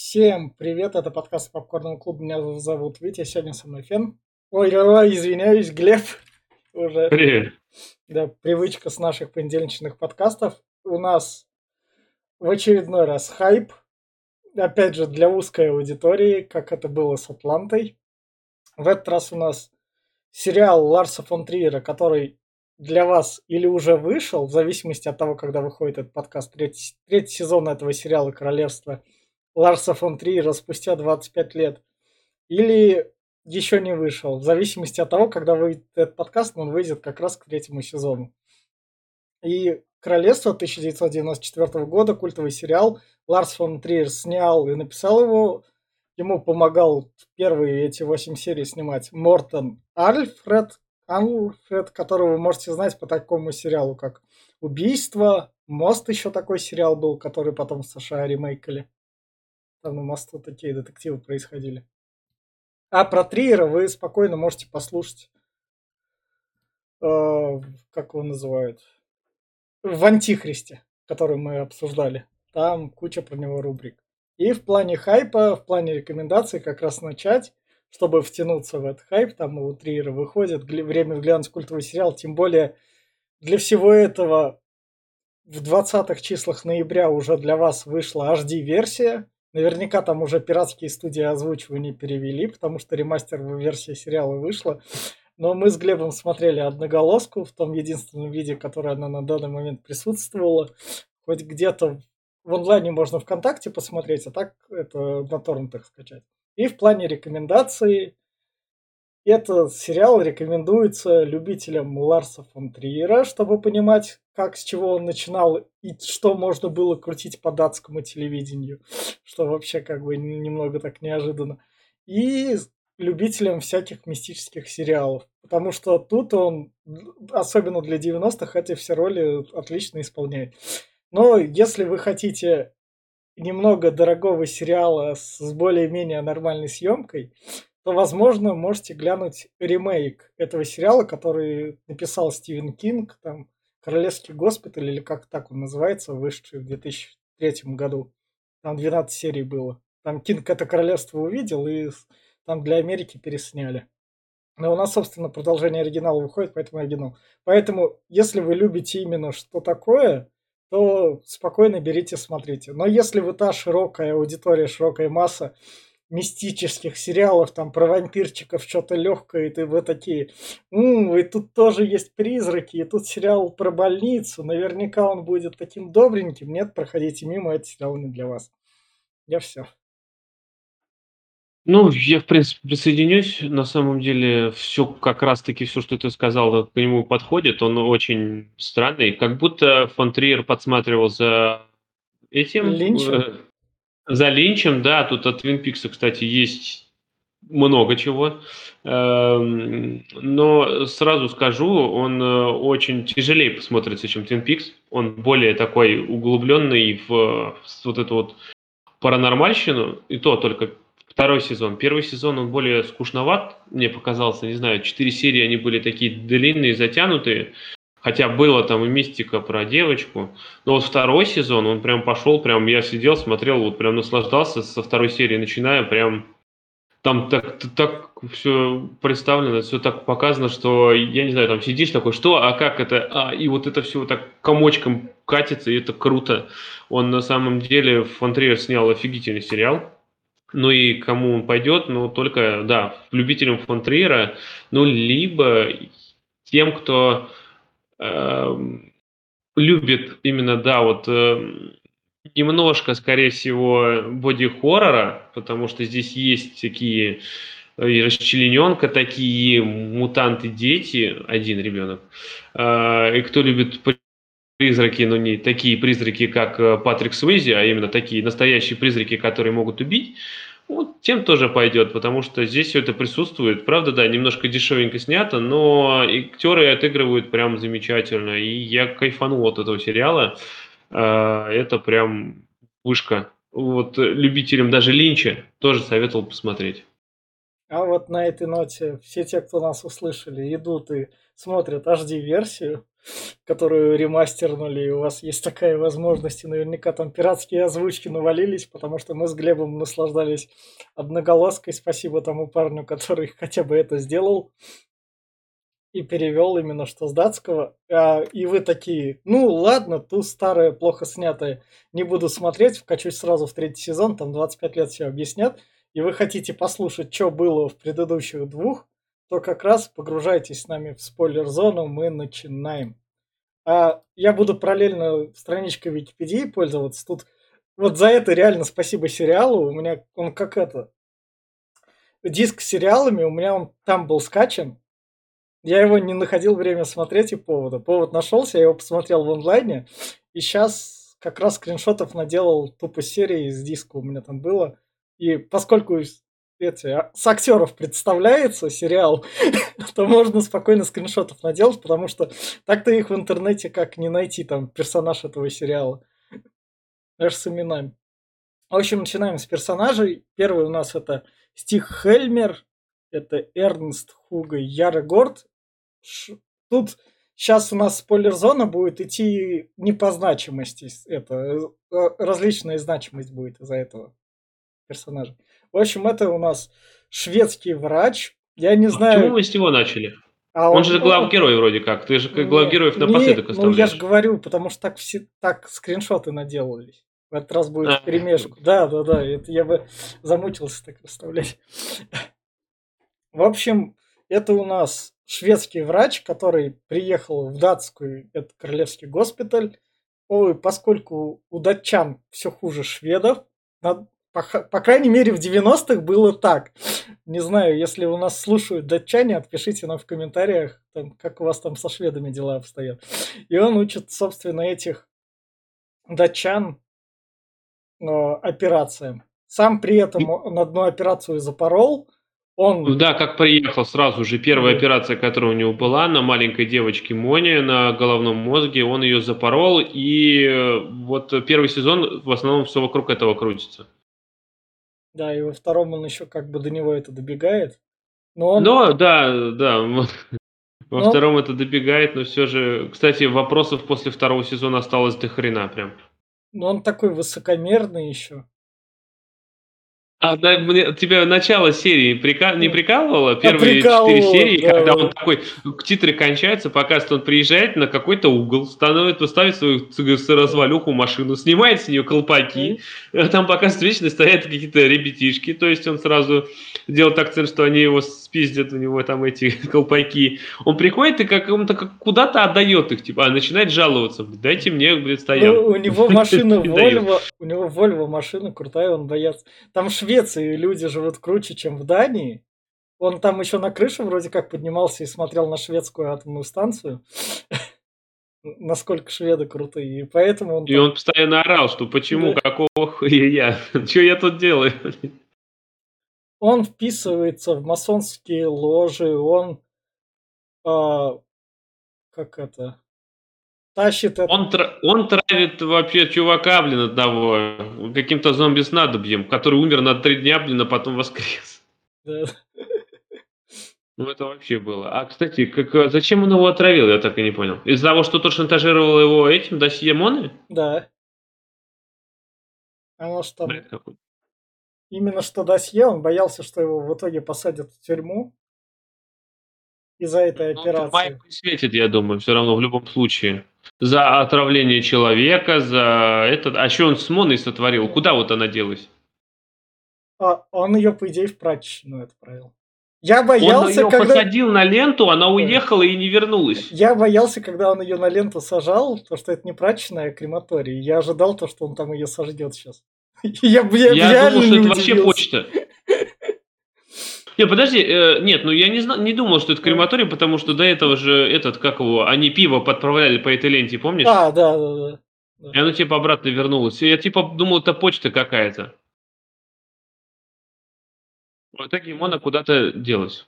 Всем привет, это подкаст Попкорного клуба, меня зовут Витя, сегодня со мной Фен. Извиняюсь, Глеб. Уже, Привет. да, привычка с наших понедельничных подкастов. У нас в очередной раз хайп, опять же, для узкой аудитории, как это было с «Атлантой». В этот раз у нас сериал Ларса фон Триера, который для вас или уже вышел, в зависимости от того, когда выходит этот подкаст, третий сезон этого сериала «Королевство» Ларса фон Триера спустя 25 лет, или еще не вышел, в зависимости от того, когда выйдет этот подкаст, он выйдет как раз к третьему сезону. И «Королевство» 1994 года, культовый сериал, Ларс фон Триер снял и написал его. Ему помогал первые эти 8 серий снимать Мортен Альфред, которого вы можете знать по такому сериалу, как «Убийство», «Мост» еще такой сериал был, который потом в США ремейкали. Там на мосту такие детективы происходили. А про Триера вы спокойно можете послушать, как его называют, в «Антихристе», который мы обсуждали. Там куча про него рубрик. И в плане хайпа, в плане рекомендаций как раз начать, чтобы втянуться в этот хайп. Там у Триера выходит «Время взглянуть культовый сериал». Тем более для всего этого в 20-х числах ноября уже для вас вышла HD-версия. Наверняка там уже пиратские студии озвучивания перевели, потому что ремастер-версия сериала вышла. Но мы с Глебом смотрели «Одноголоску» в том единственном виде, которое она на данный момент присутствовала. Хоть где-то в онлайне можно ВКонтакте посмотреть, а так это на торрентах скачать. И в плане рекомендаций этот сериал рекомендуется любителям Ларса фон Триера, чтобы понимать, как, с чего он начинал и что можно было крутить по датскому телевидению, что вообще как бы немного так неожиданно. И любителям всяких мистических сериалов, потому что тут он, особенно для 90-х, эти все роли отлично исполняет. Но если вы хотите немного дорогого сериала с более-менее нормальной съемкой, то, возможно, можете глянуть ремейк этого сериала, который написал Стивен Кинг, там «Королевский госпиталь», или как так он называется, вышедший в 2003 году. Там 12 серий было. Там Кинг это королевство увидел, и там для Америки пересняли. Но у нас, собственно, продолжение оригинала выходит, поэтому оригинал. Поэтому, если вы любите именно что такое, то спокойно берите, смотрите. Но если вы та широкая аудитория, широкая масса мистических сериалов, там про вампирчиков что-то легкое, и вы такие, и тут тоже есть призраки, и тут сериал про больницу, наверняка он будет таким добреньким. Нет, проходите мимо, этот сериал не для вас. Я все. Ну, я, в принципе, присоединюсь. На самом деле, все как раз-таки все, что ты сказал, к нему подходит. Он очень странный. Как будто фон Триер подсматривал за этим, Линчем? за Линчем. Да, тут от Твин Пикса, кстати, есть много чего. Но сразу скажу, он очень тяжелее посмотрится, чем Твин Пикс. Он более такой углубленный в вот эту вот паранормальщину, и то только второй сезон. Первый сезон, он более скучноват, мне показался, не знаю, 4 серии, они были такие длинные, затянутые, хотя было там и мистика про девочку, но вот второй сезон, он прям пошел, прям я сидел, смотрел, вот прям наслаждался со второй серии, начиная, прям там так все представлено, все так показано, что, я не знаю, там сидишь такой, что, а как это, и вот это все вот так комочком катится, и это круто. Он на самом деле, фон Триер снял офигительный сериал. Ну и кому он пойдет, ну только, да, любителям фон Триера, ну либо тем, кто эм, любит именно, да, вот немножко, скорее всего, боди-хоррора, потому что здесь есть такие и расчлененка, такие мутанты-дети, один ребенок. И кто любит призраки, но не такие призраки, как Патрик Суэйзи, а именно такие настоящие призраки, которые могут убить, вот тем тоже пойдет, потому что здесь все это присутствует. Правда, да, немножко дешевенько снято, но актеры отыгрывают прям замечательно. И я кайфанул от этого сериала. Это прям вышка. Вот любителям даже Линча тоже советовал посмотреть. А вот на этой ноте все те, кто нас услышали, идут и смотрят HD-версию, которую ремастернули, и у вас есть такая возможность, и наверняка там пиратские озвучки навалились, потому что мы с Глебом наслаждались одноголоской. Спасибо тому парню, который хотя бы это сделал и перевел именно что с датского. И вы такие, ну ладно, ту старое, плохо снятое не буду смотреть, вкачусь сразу в третий сезон, там 25 лет все объяснят, и вы хотите послушать, что было в предыдущих двух, то как раз погружайтесь с нами в спойлер-зону, мы начинаем. Я буду параллельно страничкой Википедии пользоваться. Тут вот за это реально спасибо сериалу. У меня он как это... Диск с сериалами, у меня он там был скачан. Я его не находил время смотреть и повода. Повод нашелся, я его посмотрел в онлайне. И сейчас как раз скриншотов наделал тупо серии из диска у меня там было. И поскольку с актеров представляется сериал, то можно спокойно скриншотов наделать, потому что так-то их в интернете как не найти, там, персонаж этого сериала. Даже с именами. В общем, начинаем с персонажей. Первый у нас это Стих Хельмер, это Эрнст Хуго Ярегорд. Тут сейчас у нас спойлер-зона будет идти не по значимости. Это различная значимость будет из-за этого персонажа. В общем, это у нас шведский врач. Я не знаю... Почему мы с него начали? А Он же главгерой вроде как. Ты же главгероев напоследок ну я же оставляешь. говорю, потому что так скриншоты наделались. В этот раз будет А. вперемешку. Да, это я бы замучился так расставлять. В общем, это у нас шведский врач, который приехал в датскую, это королевский госпиталь. Ой, поскольку у датчан все хуже шведов, по крайней мере в 90-х было так. Не знаю, если у нас слушают датчане, отпишите нам в комментариях, там, как у вас там со шведами дела обстоят. И он учит, собственно, этих датчан операциям. Сам при этом он одну операцию запорол. Да, как приехал сразу же. Первая операция, которая у него была на маленькой девочке Моне на головном мозге, он ее запорол. И вот первый сезон в основном все вокруг этого крутится. Да, и во втором он еще как бы до него это добегает. Но да. Во втором это добегает, но все же... Кстати, вопросов после второго сезона осталось до хрена прям. Но он такой высокомерный еще. Тебя начало серии не прикалывало? Первые 4 прикалывало, серии, да, когда да. он такой, титры кончаются, показывает, он приезжает на какой-то угол, ставит свою развалюху машину, снимает с нее колпаки, там показывают, вечно стоят какие-то ребятишки, то есть он сразу делает акцент, что они его спиздят, у него там эти колпаки. Он приходит и куда-то отдает их, типа, начинает жаловаться, дайте мне, блин, стоянку. У него машина Volvo, у него Volvo машина крутая, он боец. Там в Швеции люди живут круче, чем в Дании. Он там еще на крыше вроде как поднимался и смотрел на шведскую атомную станцию. Насколько шведы крутые. И поэтому он... И он постоянно орал, что почему, какого хуя я? Что я тут делаю? Он вписывается в масонские ложи, он... как это... Тащит это... Он травит вообще чувака, блин, одного, каким-то зомби-снадобьем, который умер на 3 дня, блин, а потом воскрес. Да. Ну, это вообще было. А, кстати, зачем он его отравил, я так и не понял. Из-за того, что тот шантажировал его этим досье Моны? Да. Оно что... Бред какой-то. Именно что досье, он боялся, что его в итоге посадят в тюрьму из-за этой Тюрьма операции. ему не светит, я думаю, все равно в любом случае. За отравление человека, за это... А что он с Моной сотворил? Куда вот она делась? Он ее, по идее, в прачечную отправил. Я боялся, Он ее посадил на ленту, она уехала и не вернулась. Я боялся, когда он ее на ленту сажал, потому что это не прачечная, а крематорий. Я ожидал то, что он там ее сожгет сейчас. Я думал, что это вообще почта. Не, подожди, нет, ну я не думал, что это крематорий, потому что до этого же они пиво подправляли по этой ленте, помнишь? Да. И оно типа обратно вернулось. И я типа думал, это почта какая-то. В итоге Мона куда-то делась.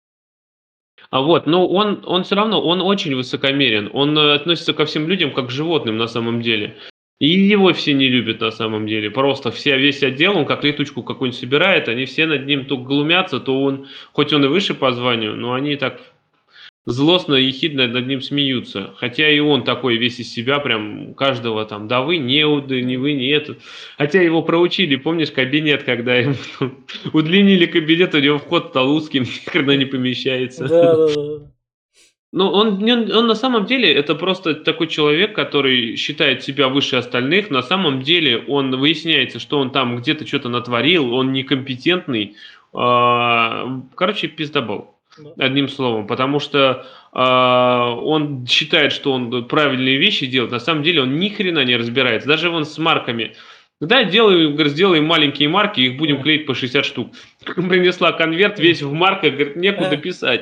Но он все равно, он очень высокомерен. Он относится ко всем людям как к животным на самом деле. И его все не любят на самом деле. Просто весь отдел, он как летучку какую-нибудь собирает, они все над ним то глумятся, то он, хоть он и выше по званию, но они так злостно и ехидно над ним смеются. Хотя и он такой весь из себя, прям каждого там, да вы неуды, не вы, не это. Хотя его проучили, помнишь, кабинет, когда ему удлинили кабинет, у него вход стал узким, ни хрена не помещается. Да, да, да. Ну, он на самом деле это просто такой человек, который считает себя выше остальных. На самом деле он выясняется, что он там где-то что-то натворил, он некомпетентный. Короче, пиздобол. Да. Одним словом, потому что он считает, что он правильные вещи делает, на самом деле он ни хрена не разбирается. Даже вон с марками. Да, говорит, сделаем маленькие марки, их будем клеить по 60 штук. Принесла конверт весь в марках, говорит, некуда писать.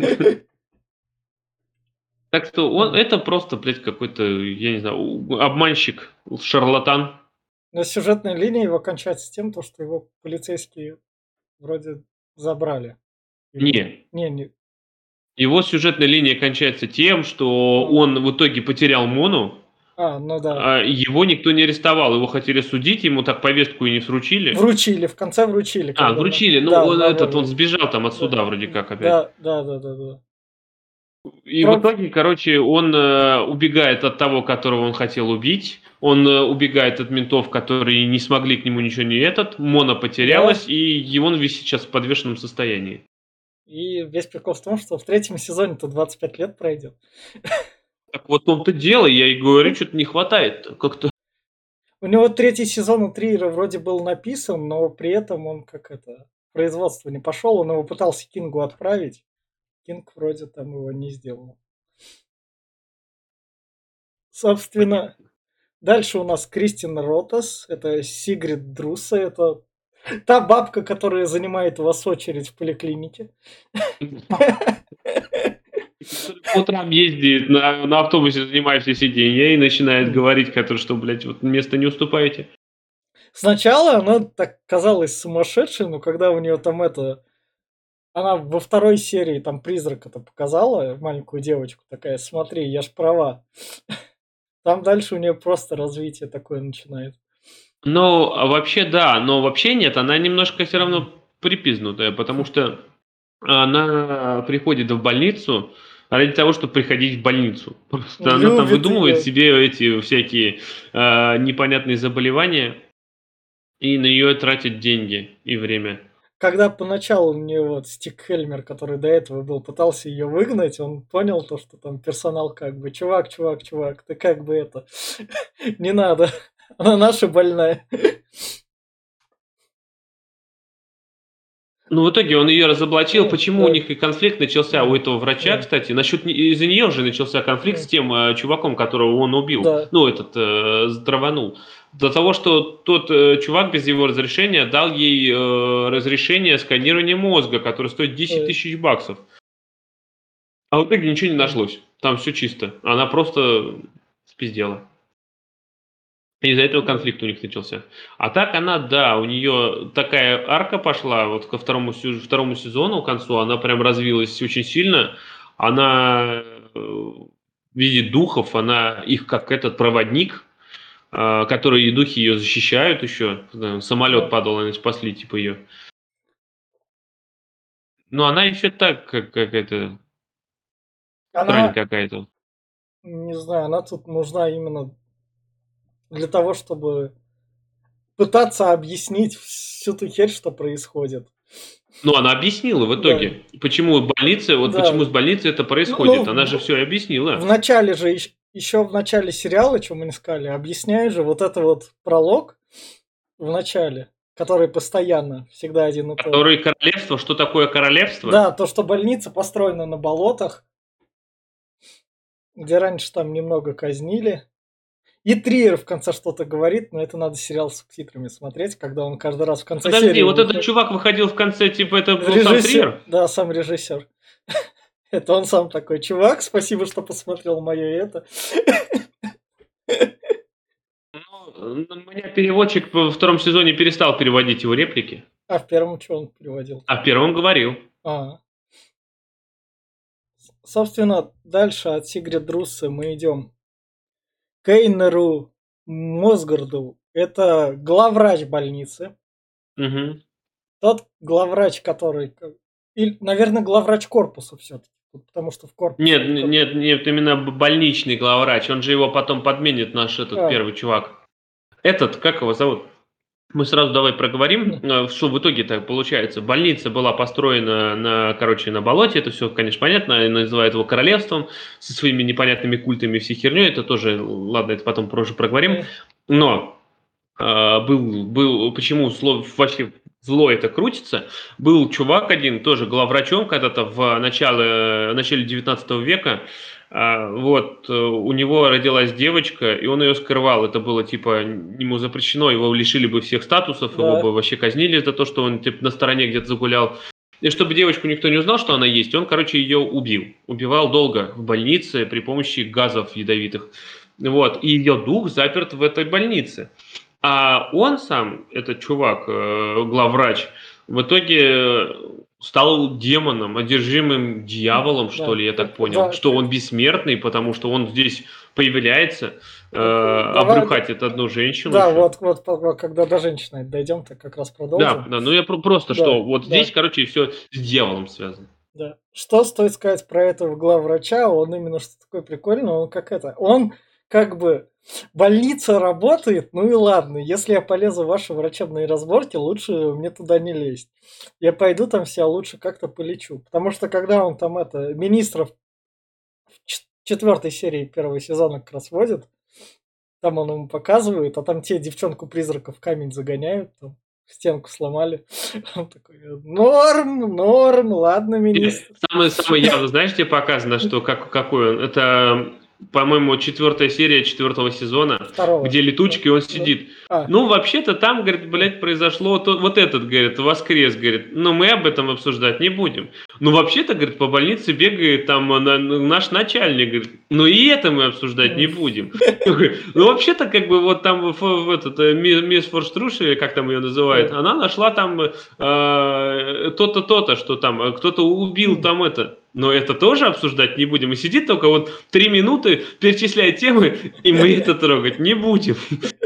Так что это просто, блядь, какой-то, я не знаю, обманщик, шарлатан. Но сюжетная линия его кончается тем, то, что его полицейские вроде забрали. Или... Не. Не. Его сюжетная линия кончается тем, что он в итоге потерял Мону, ну да. Его никто не арестовал, его хотели судить, ему так повестку и не сручили. Вручили, в конце вручили. Вручили, да, он сбежал там от суда вроде как опять. Да. И в итоге, короче, он убегает от того, которого он хотел убить. Он убегает от ментов, которые не смогли к нему ничего не Мона потерялась, и его он весь сейчас в подвешенном состоянии. И весь прикол в том, что в 3-м сезоне-то 25 лет пройдет. Так вот в том-то дело, я и говорю, что-то не хватает как-то. У него 3-й сезон у Триера вроде был написан, но при этом он производство не пошел, он его пытался Кингу отправить. Кинг вроде там его не сделал. Собственно, дальше у нас Кристин Ротас, это Сигрид Друса, это та бабка, которая занимает у вас очередь в поликлинике. По утрам ездит на автобусе, занимает все сиденья и начинает говорить, что, блядь, вот место не уступаете. Сначала она так казалась сумасшедшей, но когда у нее там она во 2-й серии там призрака-то показала, маленькую девочку, такая, смотри, я ж права. Там дальше у нее просто развитие такое начинается. Ну, вообще да, но вообще нет, она немножко все равно припизнутая, потому что она приходит в больницу ради того, чтобы приходить в больницу. Просто она там выдумывает себе эти всякие непонятные заболевания и на нее тратит деньги и время. Когда поначалу мне Стик Хельмер, который до этого был, пытался ее выгнать, он понял то, что там персонал чувак, ты не надо, она наша больная. Ну, в итоге он ее разоблачил. Почему у них и конфликт начался у этого врача, кстати? Из-за нее уже начался конфликт с тем чуваком, которого он убил. Да. Ну, здраванул. До того, что тот чувак без его разрешения дал ей разрешение сканирования мозга, которое стоит 10 тысяч баксов. А в итоге ничего не нашлось. Там все чисто. Она просто спиздела. Из-за этого конфликт у них начался. А так она, да, у нее такая арка пошла, вот ко второму сезону, к концу, она прям развилась очень сильно. Она видит духов, она их как этот проводник, которые духи ее защищают еще. Самолет падал, они спасли типа ее. Но она еще так, как это... Странь какая-то. Не знаю, она тут нужна именно для того, чтобы пытаться объяснить всю ту херь, что происходит. Ну, она объяснила в итоге, почему почему с больницей это происходит. Она же все объяснила. В начале же, еще в начале сериала, что мы не сказали, объясняет же пролог в начале, который постоянно, всегда один и тот. Который королевство, что такое королевство? Да, то, что больница построена на болотах, где раньше там немного казнили. И Триер в конце что-то говорит, но это надо сериал с субтитрами смотреть, когда он каждый раз в конце серии... Подожди, вот этот чувак выходил в конце, типа, это был сам Триер? Да, сам режиссер. Это он сам такой, чувак, спасибо, что посмотрел мое это. Ну, у меня переводчик во 2-м сезоне перестал переводить его реплики. А в 1-м что он переводил? А в 1-м говорил. Собственно, дальше от Сигрид Друссы мы идем к Эйнеру Мосгорду. Это главврач больницы. Мгм. Тот главврач, который... Или, наверное, главврач корпуса все-таки. Потому что в корпусе... Нет, нет, нет, именно больничный главврач. Он же его потом подменит, наш этот А, первый чувак. Этот, как его зовут? Мы сразу давай проговорим, ну, что в итоге-то получается. Больница была построена на болоте, это все, конечно, понятно, они называют его королевством со своими непонятными культами и всей херней, это тоже, ладно, это потом позже проговорим. э, Но почему вообще зло это крутится, был чувак один, тоже главврачом когда-то в начале 19 века, вот, у него родилась девочка, и он ее скрывал, это было, типа, ему запрещено, его лишили бы всех статусов, его бы да, вообще казнили за то, что он, типа, на стороне где-то загулял. И чтобы девочку никто не узнал, что она есть, он, короче, ее убил. Убивал долго в больнице при помощи газов ядовитых. Вот, и ее дух заперт в этой больнице. А он сам, этот чувак, главврач, в итоге стал демоном, одержимым дьяволом, что да, ли, я так понял. да, Что он бессмертный, потому что он здесь появляется, давай, обрюхатит одну женщину да, еще. вот, когда до женщины дойдем, то как раз Да, продолжим. да, ну я просто, Да, что вот здесь, да, короче, все с дьяволом связано. да. Что стоит сказать про этого главврача? Он именно что такое прикольный, он как это, он как бы больница работает, ну и ладно, если я полезу в ваши врачебные разборки, лучше мне туда не лезть. Я пойду там себя лучше как-то полечу. Потому что когда он там это, министров в четвертой серии первого сезона как раз водит, там он ему показывает, а там те девчонку-призрака в камень загоняют, там стенку сломали. Он такой, норм, норм, ладно, министр. Самое явно, знаешь, тебе показано, что какой он. Это, по-моему, 4 серия 4 сезона, Второго. где Да, летучка, и он да. сидит. А, Ну, вообще-то там, говорит, да. блядь, произошло вот этот, говорит, воскрес, говорит. Но мы об этом обсуждать не будем. Ну, вообще-то, говорит, по больнице бегает там наш начальник, говорит. Но и это мы обсуждать не будем. Ну, вообще-то, как бы, вот там мисс Форштруш, или как там ее называют, Да. она нашла там то-то, то-то, что там кто-то убил там это. Но это тоже обсуждать не будем. И сидит только вот 3 минуты, перечисляет темы, и мы это трогать не будем.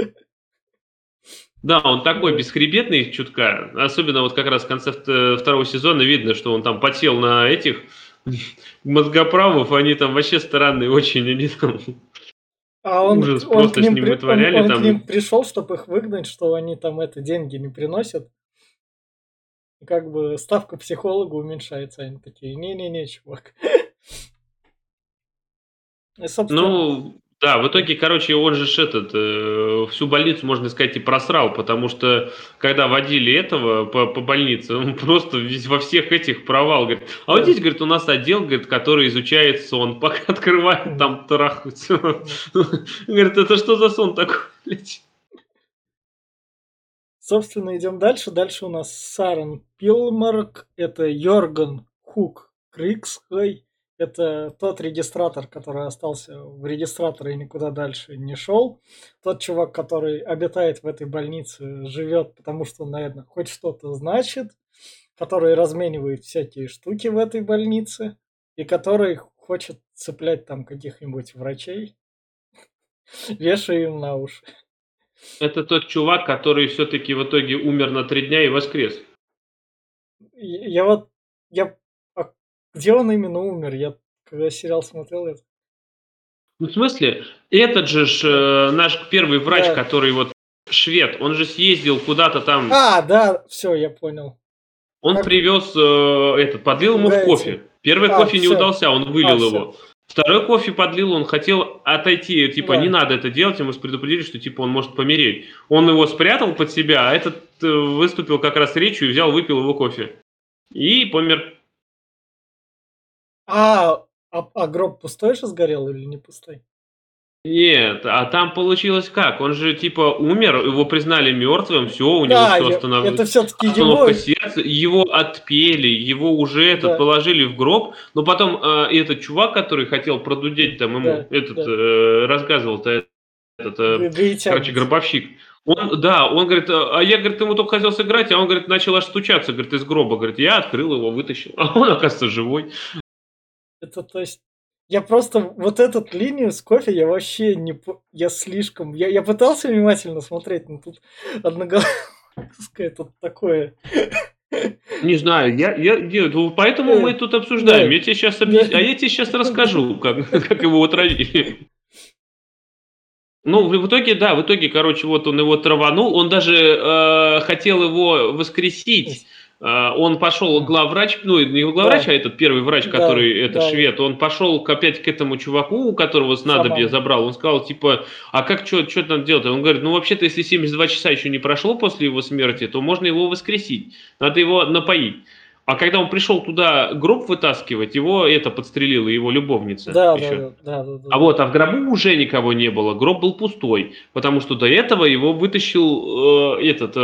Да, он такой Да. бесхребетный чутка. Особенно вот как раз в конце второго сезона видно, что он там подсел на этих мозгоправов. Они там вообще странные очень. Они там А ужас просто с ним вытворяли он к там. ним пришел, чтобы их выгнать, что они там это деньги не приносят. И как бы ставка психолога уменьшается. Они такие, не-не-не, чувак. И, собственно, Ну, да, в да. итоге, короче, он же всю больницу, можно сказать, и просрал, потому что, когда водили этого по больнице, он просто во всех этих провал, говорит, а вот Да. здесь, говорит, у нас отдел, говорит, который изучает сон, пока открывает, Мгм. там трахаются. Да. Говорит, это что за сон такой, блядь? Собственно, идем дальше. Дальше у нас Сарен Пилмарк, это Йорган Хук Криксхай, это тот регистратор, который остался в регистраторе и никуда дальше не шел. Тот чувак, который обитает в этой больнице, живет, потому что, наверное, хоть что-то значит, который разменивает всякие штуки в этой больнице и который хочет цеплять там каких-нибудь врачей, вешая им на уши. Это тот чувак, который все-таки в итоге умер на 3 дня и воскрес. Я вот, я, а где он именно умер? Я когда сериал смотрел, это, Ну, в смысле, этот же да, наш первый врач, да. который вот швед, он же съездил куда-то там. А, да, все, я понял. Он Как привез подлил ему в пугаете? кофе. Первый А, кофе не все, удался, он а, вылил все, его. Второй кофе подлил, он хотел отойти, типа, не да. надо это делать, ему предупредили, что, типа, он может помереть. Он его спрятал под себя, а этот выступил как раз речью и взял, выпил его кофе. И помер. А гроб пустой же сгорел или не пустой? Нет, а там получилось как? Он же типа умер, его признали мертвым, все, у него Да, все это все-таки его, остановка сердца, его отпели, его уже да, положили в гроб, но потом этот чувак, который хотел продудеть там ему, да, этот да, рассказывал-то этот, короче, гаитянец. гробовщик. Он, да, он говорит, а я, говорит, ему только хотел сыграть, а он, говорит, начал аж стучаться, говорит, из гроба, говорит, я открыл его, вытащил, а он, оказывается, живой. Это то есть Я просто вот эту линию с кофе я вообще не... Я слишком... Я пытался внимательно смотреть, но тут одноголосое тут такое. Не знаю, поэтому мы тут обсуждаем. Да, Я тебе сейчас да, объясню, а я тебе сейчас расскажу, как его отравили. Ну, в итоге, да, в итоге, короче, вот он его траванул, он даже хотел его воскресить. Он пошел, главврач, ну, не главврач, а да, этот первый врач, да, который, этот да, швед, он пошел опять к этому чуваку, у которого снадобье шаману. забрал, он сказал, типа, а как, что надо делать? Он говорит, ну, вообще-то, если 72 часа еще не прошло после его смерти, то можно его воскресить, надо его напоить. А когда он пришел туда гроб вытаскивать, его это подстрелила его любовница Да, да, еще. да, да, да, да, А да. вот, а в гробу уже никого не было, гроб был пустой, потому что до этого его вытащил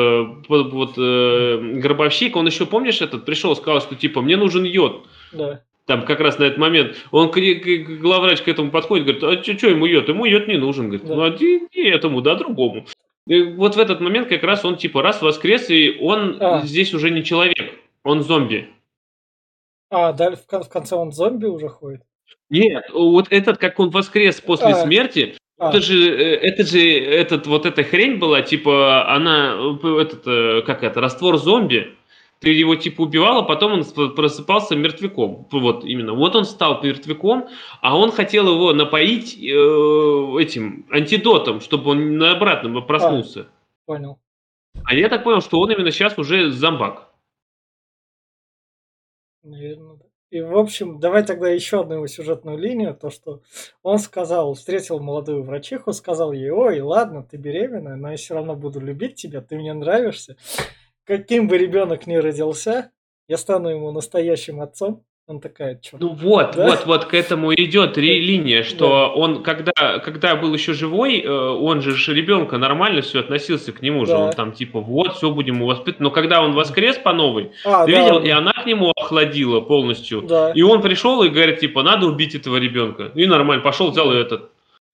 гробовщик, он еще, помнишь, этот пришел, сказал, что типа мне нужен йод, Да. там как раз на этот момент, он главврач к этому подходит, говорит, а что ему йод не нужен, говорит, ну Да. не этому, да, другому. И вот в этот момент как раз он типа раз воскрес, и он А, здесь уже не человек, он зомби. да, в конце он зомби уже ходит. Нет, вот этот, как он воскрес после А, смерти, а, вот эта хрень была, типа, она, как это, раствор зомби, ты его типа убивал, а потом он просыпался мертвяком. Вот именно. Вот он стал мертвяком, а он хотел его напоить этим антидотом, чтобы он на обратном а, проснулся. понял. А я так понял, что он именно сейчас уже зомбак. Наверно, да. И, в общем, давай тогда еще одну его сюжетную линию. То, что он сказал, встретил молодую врачиху, сказал ей: ой, ладно, ты беременна, но я все равно буду любить тебя, ты мне нравишься. Каким бы ребенок ни родился, я стану ему настоящим отцом. Он такая: чё? Ну вот, Да? вот к этому идет Да, линия, да, что он, когда был еще живой, он же ребенка нормально все относился к нему же, он да. там типа вот, все будем его воспитывать. Но когда он воскрес по новой, ты Да, видел, и да, она к нему охладила полностью, да, и он пришел и говорит, типа, надо убить этого ребенка. И нормально, пошел, взял и да. этот.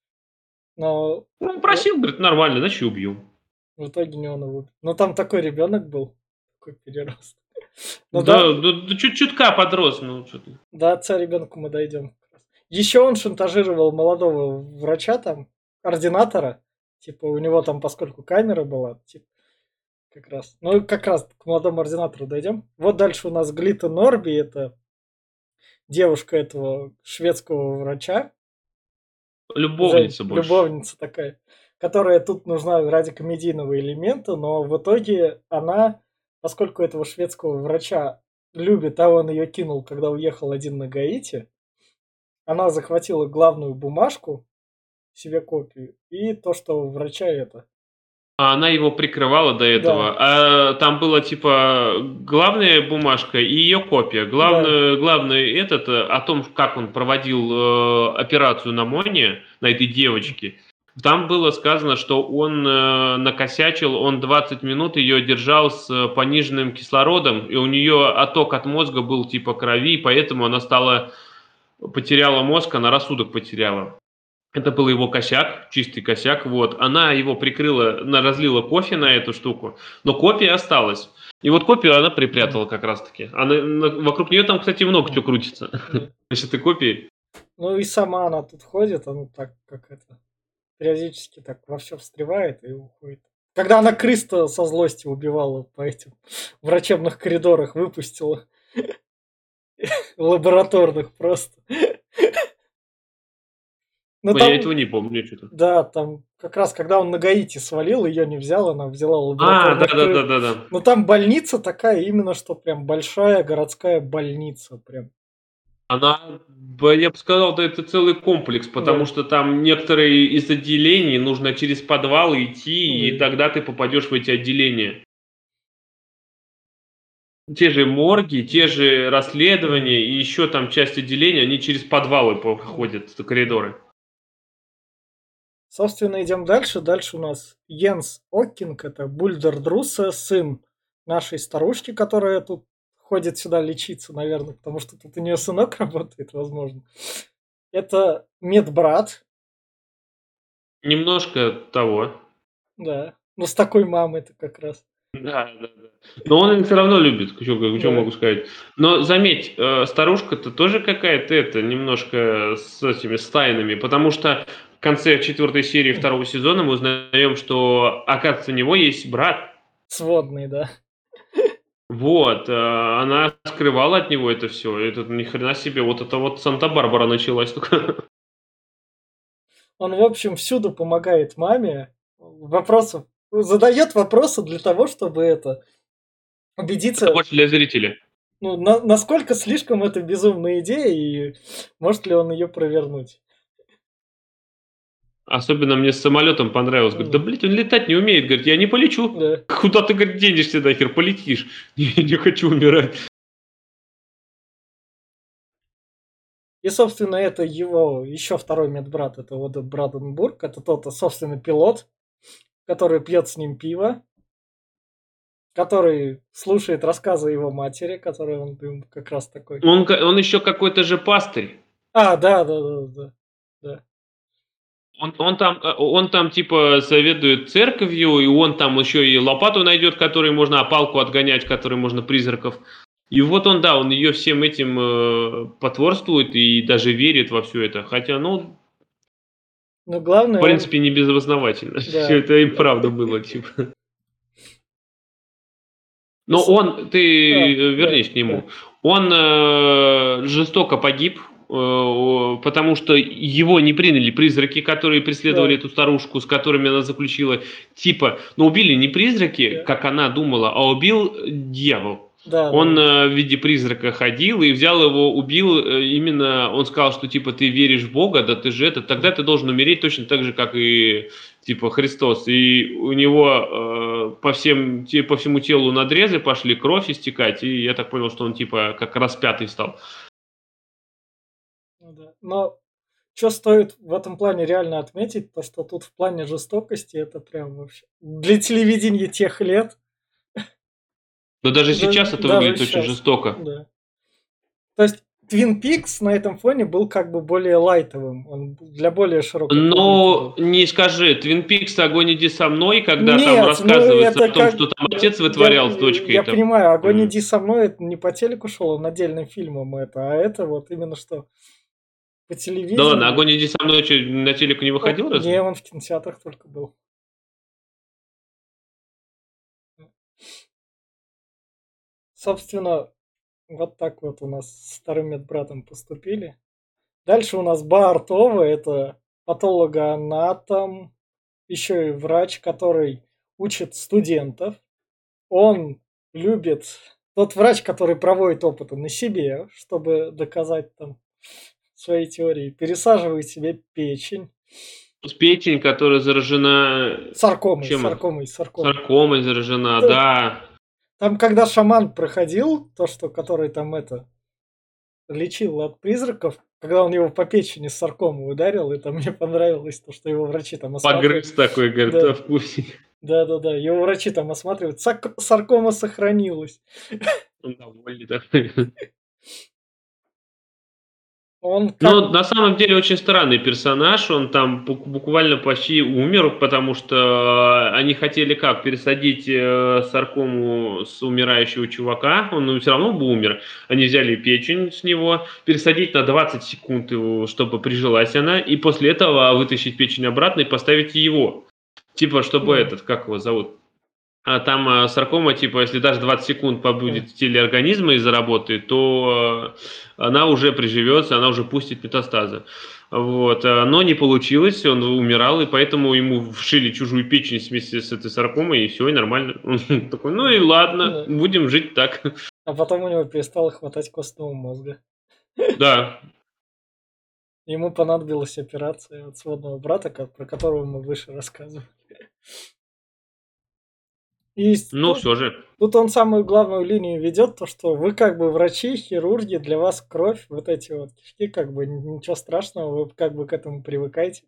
Но Ну, в просил, говорит, нормально, значит убью. в итоге не он его. Но там такой ребенок был, такой перерост. Ну Да, да, да, чутка подрос, ну что ты. до отца ребенка мы дойдем. Еще он шантажировал молодого врача там, ординатора. Типа у него там, поскольку камера была, типа, как раз. Ну, как раз к молодому ординатору дойдем. Вот дальше у нас Глита Норби, это девушка этого шведского врача, Любовница больше. любовница такая, которая тут нужна ради комедийного элемента, но в итоге она, поскольку этого шведского врача любит, а он ее кинул, когда уехал один на Гаити, она захватила главную бумажку, себе копию, и то, что у врача это. А она его прикрывала до Да, этого. А там была типа главная бумажка и ее копия. да, Главный о том, как он проводил операцию на Моне, на этой девочке. Там было сказано, что он накосячил, он 20 минут ее держал с пониженным кислородом, и у нее отток от мозга был типа крови, поэтому она потеряла мозг, она рассудок потеряла. Это был его косяк, чистый косяк, вот. Она его прикрыла, разлила кофе на эту штуку, но копия осталась. И вот копию она припрятала как раз-таки. Вокруг нее там, кстати, много чего крутится. да. Значит, этой копии. Ну и сама она тут ходит, она так, как это, периодически так во все встревает и уходит. Когда она крыс-то со злости убивала по этим врачебных коридорах, выпустила лабораторных просто. Ну Ой, я там, этого не помню что-то. да, там как раз когда он на Гаити свалил, ее не взял, она взяла А, лабораторных крыс. да-да-да-да-да. Но там больница такая, именно что прям большая городская больница прям. Я бы сказал, да это целый комплекс, потому Да, что там некоторые из отделений нужно через подвал идти, и да, тогда ты попадешь в эти отделения. Те же морги, те да, же да, расследования и еще там часть отделения, они через подвалы да. проходят, коридоры. Собственно, идем дальше. Дальше у нас Йенс Оккинг, это Бульдер Друса, сын нашей старушки, которая тут ходит сюда лечиться, наверное, потому что тут у нее сынок работает, возможно. Это медбрат, Немножко того. да. Ну, с такой мамой-то как раз. Да, да, да. Но он все равно любит, чё Да. могу сказать. Но заметь, старушка-то тоже какая-то немножко с этими, с тайнами, потому что в конце четвертой серии второго сезона мы узнаем, что, оказывается, у него есть брат. Сводный, да. Вот, она скрывала от него это все. Это ни хрена себе, вот это вот Санта-Барбара началась только. Он, в общем, всюду помогает маме. Вопросов задает вопросы для того, чтобы Это убедиться, больше для зрителя. ну, насколько слишком это безумная идея и может ли он ее провернуть. Особенно мне с самолетом понравилось. Говорит: "Да, М, блядь, он летать не умеет". Говорит: "Я не полечу". да. Куда ты, говорит, денешься нахер, полетишь. Не хочу умирать. И, собственно, это его еще второй медбрат, это вот Браденбург, это тот, собственно, пилот, который пьет с ним пиво, который слушает рассказы его матери, которые он как раз такой. Он еще какой-то же пастырь. А, да, да, да, да, да. Он там типа заведует церковью, и он там еще и лопату найдет, которой можно, палку отгонять, которой можно призраков. И вот он, да, он ее всем этим потворствует и даже верит во все это. Хотя, ну, Но в главное, он, принципе, не безосновательно. Все да, это и правда было, типа. и Но он, ты да, вернись к да, нему, он жестоко погиб, потому что его не приняли призраки, которые преследовали да, эту старушку, с которыми она заключила. Типа, но убили не призраки, да, как она думала, а убил дьявол. да, да, Он да. в виде призрака ходил и взял его, убил именно, он сказал, что типа ты веришь в Бога, да ты же это, тогда ты должен умереть точно так же, как и типа Христос. И у него по всему телу надрезы пошли, кровь истекать, и я так понял, что он типа как распятый стал. Ну да. Но что стоит в этом плане реально отметить, то что тут в плане жестокости это прям вообще для телевидения тех лет, Но даже сейчас это даже выглядит очень сейчас, жестоко. да. То есть Твин Пикс на этом фоне был как бы более лайтовым, он для более широкой публики Но был. не скажи, Твин Пикс "Огонь, иди со мной", когда там Нет, ну рассказывается это о том, как, что там да, отец вытворял с дочкой, я там. понимаю, "Огонь, М. иди со мной" это не по телеку шел, он отдельным фильмом это, а это вот именно что по Да ладно, телевидению. "Огонь, иди со мной" чё, на телеку не выходил Не, разве? он в кинотеатрах только был. Собственно, вот так вот у нас с вторым медбратом поступили. Дальше у нас Баартова, это патологоанатом, еще и врач, который учит студентов. Он любит тот врач, который проводит опыты на себе, чтобы доказать там свои теории, пересаживает себе печень. Печень, которая заражена Саркомой, чем это? саркомой, саркомой. Саркомой заражена, Т- да. Там, когда шаман проходил, то, что который там лечил от призраков, когда он его по печени с саркомой ударил, и там мне понравилось то, что его врачи там осматривают. Погрыз такой, говорит: Да, вкусненько". да-да-да, его врачи там осматривают. Саркома сохранилась. Он довольный такой. Он как... Ну, на самом деле очень странный персонаж. Он там буквально почти умер, потому что они хотели как? Пересадить саркому с умирающего чувака. Он все равно бы умер. Они взяли печень с него, пересадить на 20 секунд его, чтобы прижилась она, и после этого вытащить печень обратно и поставить его. Типа, чтобы м, этот, как его зовут? А там саркома, типа, если даже 20 секунд м. побудет в теле организма и заработает, то она уже приживется, она уже пустит метастазы. Вот. Но не получилось, он умирал, и поэтому ему вшили чужую печень вместе с этой саркомой, и все, и нормально. Он такой, ну и ладно, Да. будем жить так. А потом у него перестало хватать костного мозга. Да, Ему понадобилась операция от сводного брата, про которого мы выше рассказывали. И ну тут, все же. тут он самую главную линию ведет, то что вы как бы врачи, хирурги, для вас кровь, вот эти вот кишки, как бы ничего страшного, вы как бы к этому привыкаете.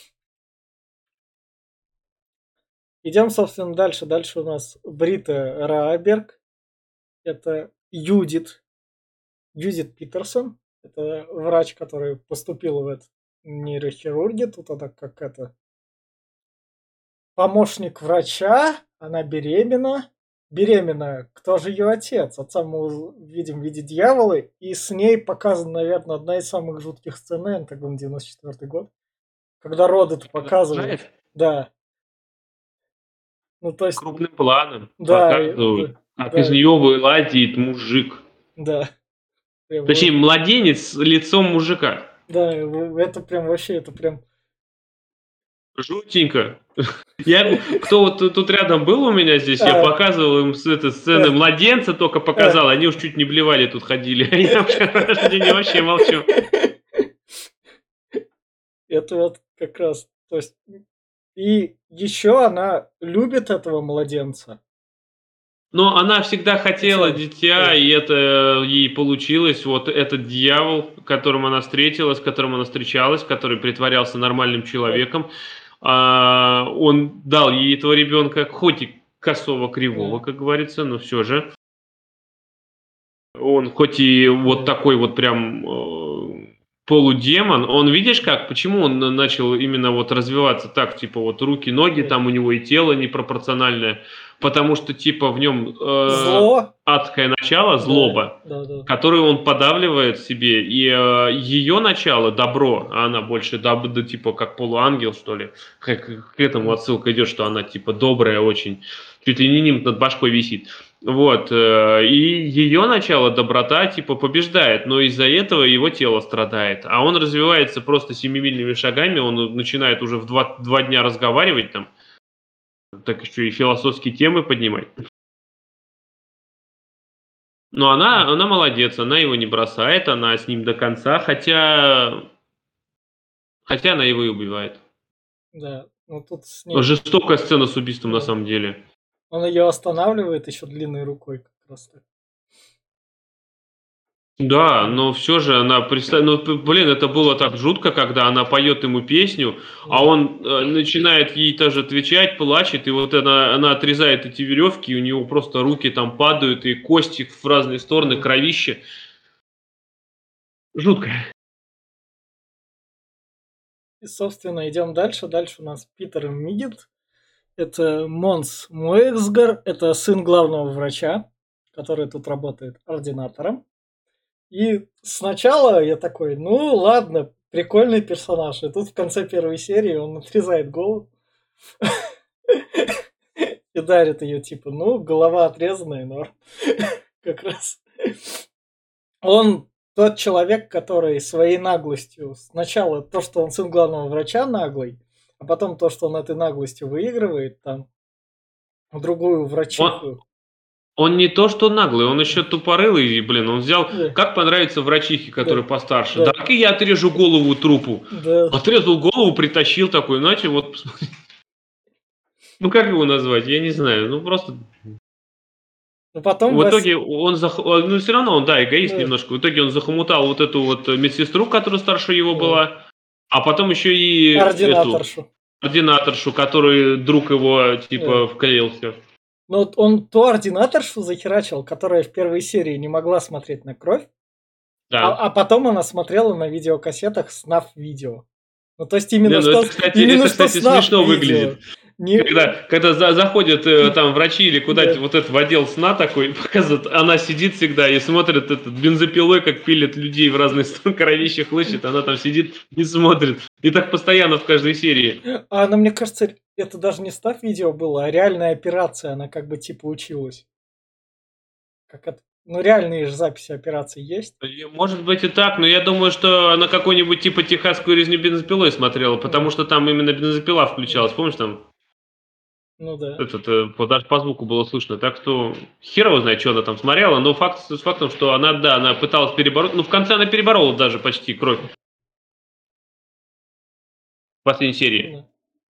Идем, собственно, дальше. Дальше у нас Брита Рааберг, это Юдит Питерсон, это врач, который поступил в этот нейрохирургию, тут она как это помощник врача, она беременна, беременная. Кто же ее отец? Отца мы видим в виде дьявола, и с ней показана, наверное, одна из самых жутких сцен, наверное, тогда на 94-й год. Когда роды-то показывают. Рожает Да. Ну, то есть, крупным планом, да, показывают, как из да, нее вылазит мужик. да. Прям Точнее, младенец с лицом мужика. да, это прям вообще, это прям... Жутенько. Кто вот тут рядом был у меня здесь, я А, показывал им с этой сцены младенца, только показал, они уж чуть не блевали тут ходили. Я вообще рождение вообще молчу. Это вот как раз, то есть, и еще она любит этого младенца. Но она всегда хотела дитя, да. и это ей получилось. Вот этот дьявол, которым она встретилась, с которым она встречалась, который притворялся нормальным человеком, он дал ей этого ребенка, хоть и косого, кривого, как говорится, но все же. Он хоть и вот такой вот прям полудемон, он, видишь как, почему он начал именно вот развиваться так, типа вот руки, ноги, там у него и тело непропорциональное, потому что типа в нем Зло. адское начало, злоба, Да. которую он подавливает в себе, и ее начало, добро, а она больше да, типа как полуангел, что ли, к этому отсылка идет, что она типа добрая очень, чуть ли не нимб над башкой висит. Вот, и ее начало доброта типа побеждает, но из-за этого его тело страдает, а он развивается просто семимильными шагами, он начинает уже в два дня разговаривать там, так еще и философские темы поднимать. Но она молодец, она его не бросает, она с ним до конца, хотя она его и убивает. Да, ну тут с ней... Жестокая сцена с убийством на Да. самом деле. Он ее останавливает еще длинной рукой как раз так. Да, но все же она ну, блин, это было так жутко, когда она поет ему песню, а он начинает ей тоже отвечать, плачет, и вот она отрезает эти веревки, и у него просто руки там падают, и кости в разные стороны, кровище. Жутко. И, собственно, идем дальше. Дальше у нас Питер Мидит. Это Монс Муэксгар. Это сын главного врача, который тут работает ординатором. И сначала я такой, ну ладно, прикольный персонаж. И тут в конце первой серии он отрезает голову и дарит ее, типа, ну, голова отрезанная, норм. Как раз. Он тот человек, который своей наглостью, сначала то, что он сын главного врача наглый, а потом то, что он этой наглостью выигрывает там другую врачиху. Он не то что наглый, он еще тупорылый, блин, он взял, как понравится врачихе, которая постарше, Да. так и я отрежу голову трупу. Да. Отрезал голову, притащил такой, иначе вот, посмотри. Ну как его назвать, я не знаю, ну просто... Но потом В итоге он, ну все равно он, да, эгоист Да. немножко, в итоге он захомутал вот эту вот медсестру, которая старше его была, а потом еще и ординаторшу. Ординаторшу, который друг его, типа, вклеился. Но он ту ординаторшу захерачил, которая в первой серии не могла смотреть на кровь, Да. а потом она смотрела на видеокассетах снав-видео. Ну, то есть именно что, это, кстати, смешно выглядит. Когда заходят там врачи или куда-то вот это в отдел сна такой, показывают, она сидит всегда и смотрит этот бензопилой, как пилят людей в разные стороны, кровище хлыщет, она там сидит и смотрит. И так постоянно в каждой серии. А она, мне кажется, это даже не став-видео было, а реальная операция, она как бы типа училась. Как это... Ну, реальные же записи операций есть. Может быть и так, но я думаю, что она какой-нибудь типа техасскую резню бензопилой смотрела, потому что там именно бензопила включалась, помнишь там? Ну да. Даже по звуку было слышно, так что хер его знает, что она там смотрела, но факт с фактом, что она, да, она пыталась перебороть, ну в конце она переборола даже почти кровь. В последней серии.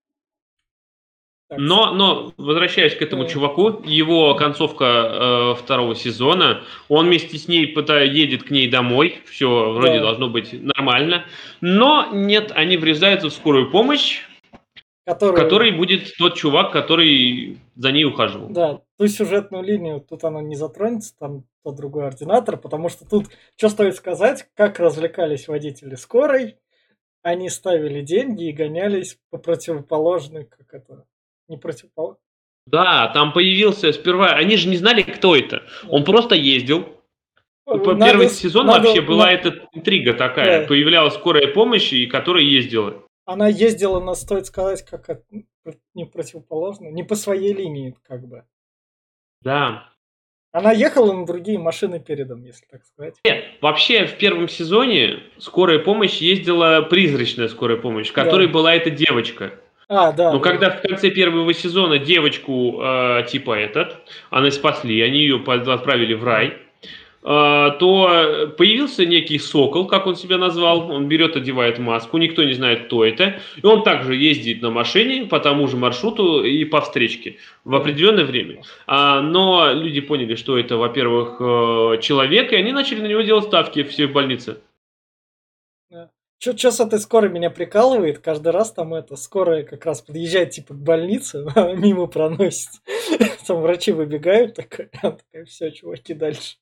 Но, возвращаясь к этому чуваку, его концовка второго сезона, он вместе с ней едет к ней домой, все вроде должно быть нормально, но нет, они врезаются в скорую помощь, который будет тот чувак, который за ней ухаживал. Да, ту сюжетную линию, тут она не затронется, там тот другой ординатор, потому что тут, что стоит сказать, как развлекались водители скорой, они ставили деньги и гонялись по противоположной, как это, не противоположной, Да, там появился сперва, они же не знали, кто это. Он просто ездил. По Надо, первый сезон вообще надо, была эта интрига такая. да. Появлялась скорая помощь, и которая ездила. Она ездила, но стоит сказать, как не противоположно, не по своей линии, как бы. Да. Она ехала на другие машины передом, если так сказать. Нет, вообще в первом сезоне скорая помощь ездила призрачная скорая помощь, в которой Да. была эта девочка. Да, Но да. когда в конце первого сезона девочку, они спасли, они ее отправили в Да. рай, то появился некий сокол, как он себя назвал, он берет, одевает маску, никто не знает, кто это, и он также ездит на машине по тому же маршруту и по встречке в Да. определенное время. Но люди поняли, что это, во-первых, человек, и они начали на него делать ставки все в больнице. Да. Чё с этой скорой меня прикалывает, каждый раз там это, скорая как раз подъезжает типа к больнице, а мимо проносится. Там врачи выбегают, такая, все, чуваки, дальше.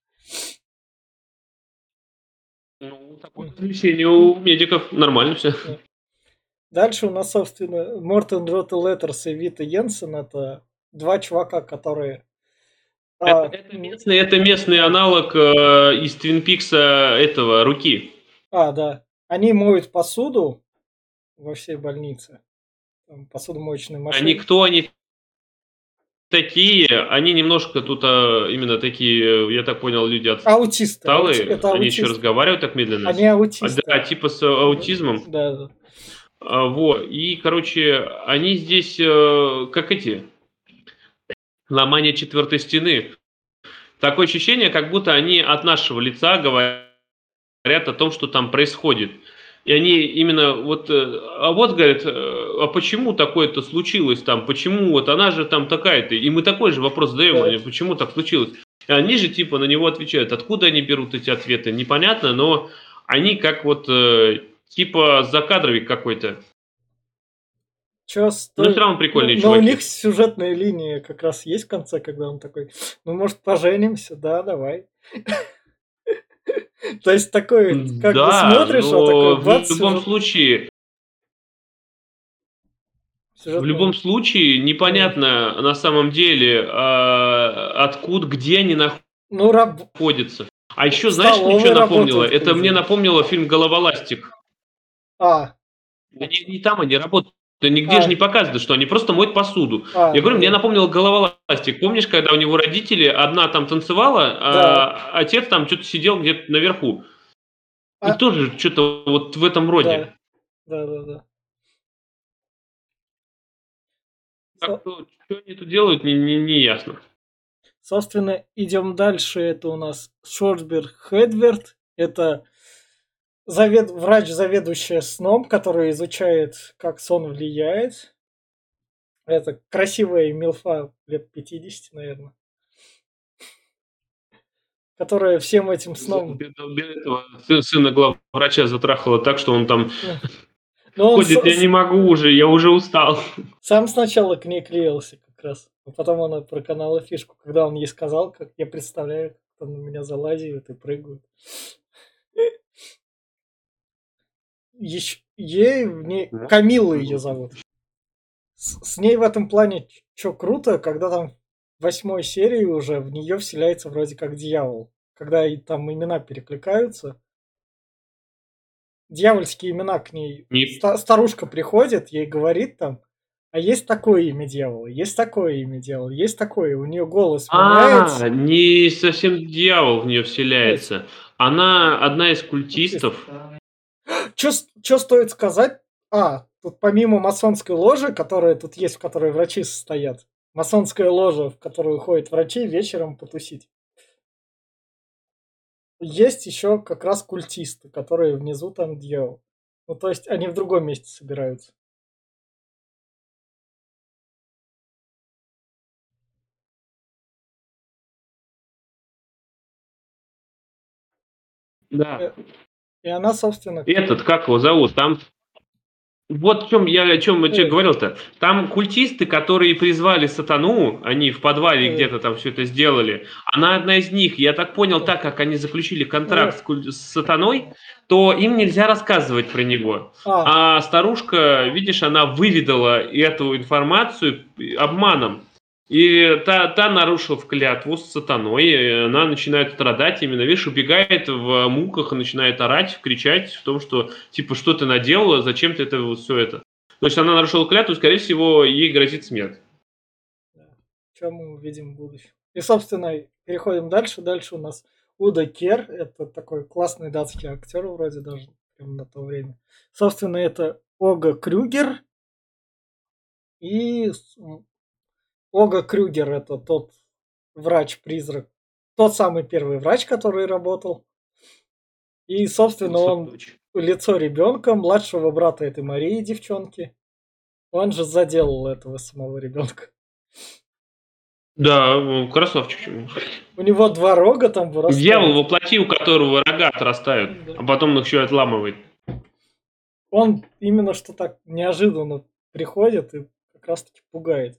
Ну, такое развлечение у медиков, нормально все. Да. Дальше у нас, собственно, Мортен Ротте Леттерс и Вита Йенсен. Это два чувака, которые... Это местный аналог из Твин Пикса этого, руки. Да. Они моют посуду во всей больнице. Там посудомоечные Они машины. кто они такие? Они немножко тут именно такие, я так понял, люди Аутисты. отсталые. Это Они еще аутисты. разговаривают так медленно. Они аутисты. Да, типа с аутизмом. Да. Вот. И, короче, они здесь как эти, ломание четвертой стены. Такое ощущение, как будто они от нашего лица говорят о том, что там происходит. И они именно вот, говорят, а почему такое-то случилось там, почему вот она же там такая-то, и мы такой же вопрос задаем, Да. почему так случилось. И они же типа на него отвечают, откуда они берут эти ответы, непонятно, но они как вот типа закадровик какой-то. Чё Но все стоит? равно прикольные Но у них чуваки. сюжетная линия как раз есть в конце, когда он такой, ну, может, поженимся? Да, давай. То есть такой, как бы Да, смотришь, а но такой в бац, любом случае, в любом сюжетная. случае Да. непонятно на самом деле, откуда, где они Ну, находятся. А еще, в знаешь, мне что столовой напомнило? работают, по Это мне идее. напомнило фильм «Головоластик». А, Да не там они работают. Да нигде же не а, показано, что они просто моют посуду. Я говорю, мне да. напомнило «Головоластик». Помнишь, когда у него родители, одна там танцевала, Да, а отец там что-то сидел где-то наверху? И а, тоже что-то вот в этом роде. да, да. Так что, что они тут делают, не ясно. Собственно, идем дальше. Это у нас Шорсберг Хедверт. Это врач, заведующая сном, который изучает, как сон влияет. Это красивая милфа лет 50, наверное, которая всем этим сном... Этого сына главврача затрахало так, что он там Но он ходит, я не могу уже, я уже устал. сам сначала к ней клеился как раз. А потом она проканала фишку, когда он ей сказал, как я представляю, как он на меня залазит и прыгают. Ей в ней... Камилла ее зовут. С ней в этом плане что круто, когда там в 8 серии уже в нее вселяется вроде как дьявол. Когда и там имена перекликаются. Дьявольские имена к ней. Не- Старушка приходит, ей говорит там, а есть такое имя дьявола, есть такое имя дьявола, есть такое. У нее голос меняется. Не совсем дьявол в нее Знаете, вселяется. Она одна из аутист. культистов. Что стоит сказать? Тут помимо масонской ложи, которая тут есть, в которой врачи состоят, масонская ложа, в которую ходят врачи вечером потусить. Есть еще как раз культисты, которые внизу там дьявол. Ну, то есть они в другом месте собираются. Да. И она, собственно... Этот, как его зовут? Там вот о чем я тебе э, говорил-то. Там культисты, которые призвали сатану, они в подвале э, где-то там все это сделали. Она одна из них. Я так понял, э, так как они заключили контракт э, с сатаной, то им нельзя рассказывать про него. а, А старушка, видишь, она выведала эту информацию обманом. И та нарушив клятву с сатаной, и она начинает страдать именно, видишь, убегает в муках и начинает орать, кричать в том, что, типа, что ты наделала, зачем ты это, вот все это. То есть она нарушила клятву, скорее всего, ей грозит смерть. Да. Что мы увидим в будущем. И, собственно, переходим дальше. Дальше у нас Уда Кер. Это такой классный датский актер вроде даже прям на то время. Собственно, это Ога Крюгер. И Ога Крюгер это тот врач-призрак. Тот самый первый врач, который работал. И, собственно, он Дочь. лицо ребенка, младшего брата этой Марии, девчонки. Он же заделал этого самого ребенка. Да, красавчик. У него 2 рога там вырастают. Дьявол воплоти, у которого рога отрастают, Да. а потом их еще отламывает. Он именно что так неожиданно приходит и как раз таки пугает.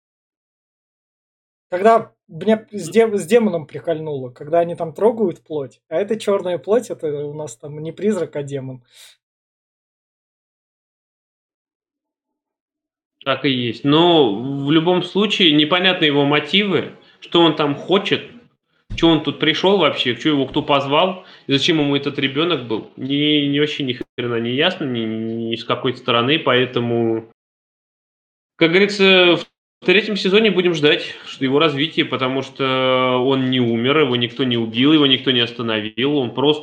Когда меня с демоном прикольнуло, когда они там трогают плоть, а это черная плоть, это у нас там не призрак, а демон. Так и есть. Но в любом случае непонятны его мотивы, что он там хочет, что он тут пришел вообще, что его кто позвал, и зачем ему этот ребенок был. Не вообще ни хрена не ясно, ни с какой стороны, поэтому, как говорится, в третьем сезоне будем ждать что его развития, потому что он не умер, его никто не убил, его никто не остановил,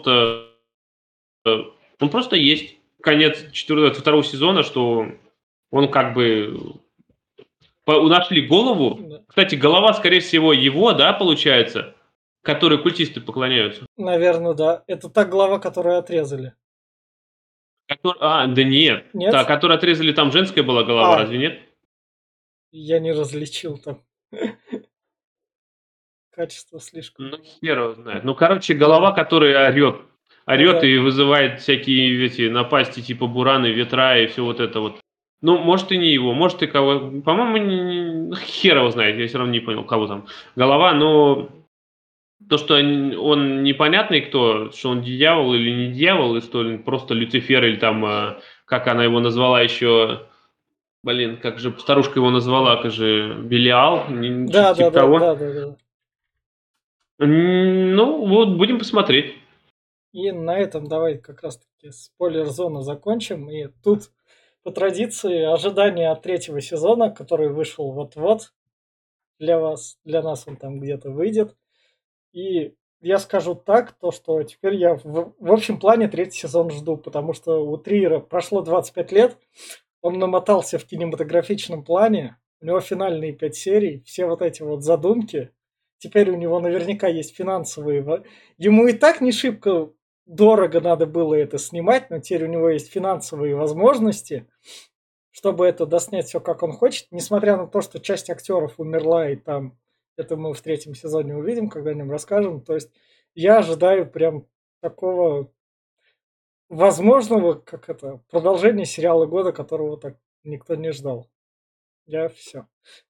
он просто есть. Конец второго сезона, что он как бы нашли голову. Да. Кстати, голова, скорее всего, его, да, получается, которой культисты поклоняются. Наверное, да. Это та глава, которую отрезали. Да нет. Нет? Та, которую отрезали, там женская была голова, А, разве нет? я не различил там. Качество слишком. Ну, хер его знает. Ну, короче, голова, которая орет. Орет да. и вызывает всякие эти напасти, типа бураны, ветра и все вот это вот. Ну, может и не его, может и кого. По-моему, хер его знает, я все равно не понял, кого там голова, но то, что он непонятный кто, что он дьявол или не дьявол, и что он просто Люцифер или там, как она его назвала еще, блин, как же старушка его назвала, как же Белиал, Да, что-то да, типа да, того. да, да, да. Ну, вот, будем посмотреть. И на этом давай как раз таки спойлер-зону закончим. И тут по традиции ожидания от 3-го сезона, который вышел вот-вот для вас, для нас он там где-то выйдет. И я скажу так, то что теперь я в общем плане 3-й сезон жду, потому что у Триера прошло 25 лет, он намотался в кинематографичном плане, у него финальные 5 серий, все вот эти вот задумки. Теперь у него наверняка есть финансовые... Ему и так не шибко дорого надо было это снимать, но теперь у него есть финансовые возможности, чтобы это доснять все как он хочет, несмотря на то, что часть актеров умерла, и там это мы в 3-м сезоне увидим, когда о нем расскажем. То есть я ожидаю прям такого возможного, как это, продолжения сериала года, которого так никто не ждал. Я все.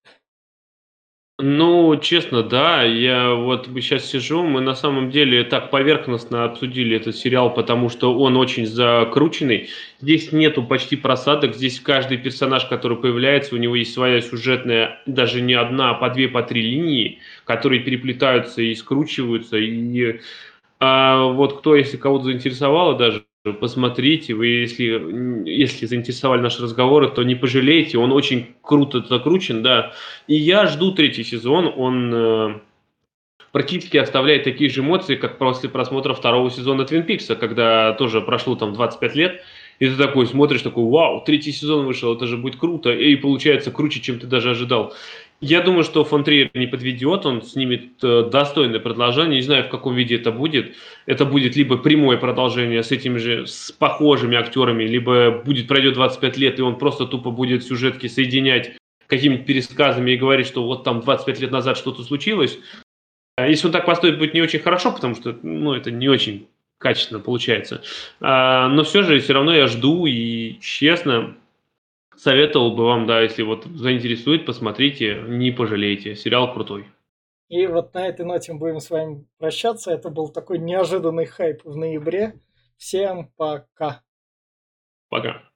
Ну, честно, да, я вот сейчас сижу, мы на самом деле так поверхностно обсудили этот сериал, потому что он очень закрученный. Здесь нету почти просадок, здесь каждый персонаж, который появляется, у него есть своя сюжетная, даже не одна, а по две, по три линии, которые переплетаются и скручиваются, и вот кто, если кого-то заинтересовало даже, посмотрите, вы если заинтересовали наши разговоры, то не пожалеете, он очень круто закручен, да. И я жду третий сезон, он практически оставляет такие же эмоции, как после просмотра второго сезона Твин Пикса, когда тоже прошло там 25 лет, и ты такой смотришь, такой, вау, третий сезон вышел, это же будет круто, и получается круче, чем ты даже ожидал. Я думаю, что фон Триер не подведет, он снимет достойное продолжение, не знаю, в каком виде это будет. Это будет либо прямое продолжение с этими же, с похожими актерами, либо пройдет 25 лет, и он просто тупо будет сюжетки соединять какими-то пересказами и говорить, что вот там 25 лет назад что-то случилось. Если он так поступит, будет не очень хорошо, потому что, ну, это не очень качественно получается. Но все равно я жду и, честно, советовал бы вам, да, если вот заинтересует, посмотрите, не пожалеете. Сериал крутой. И вот на этой ноте мы будем с вами прощаться. Это был такой неожиданный хайп в ноябре. Всем пока. Пока.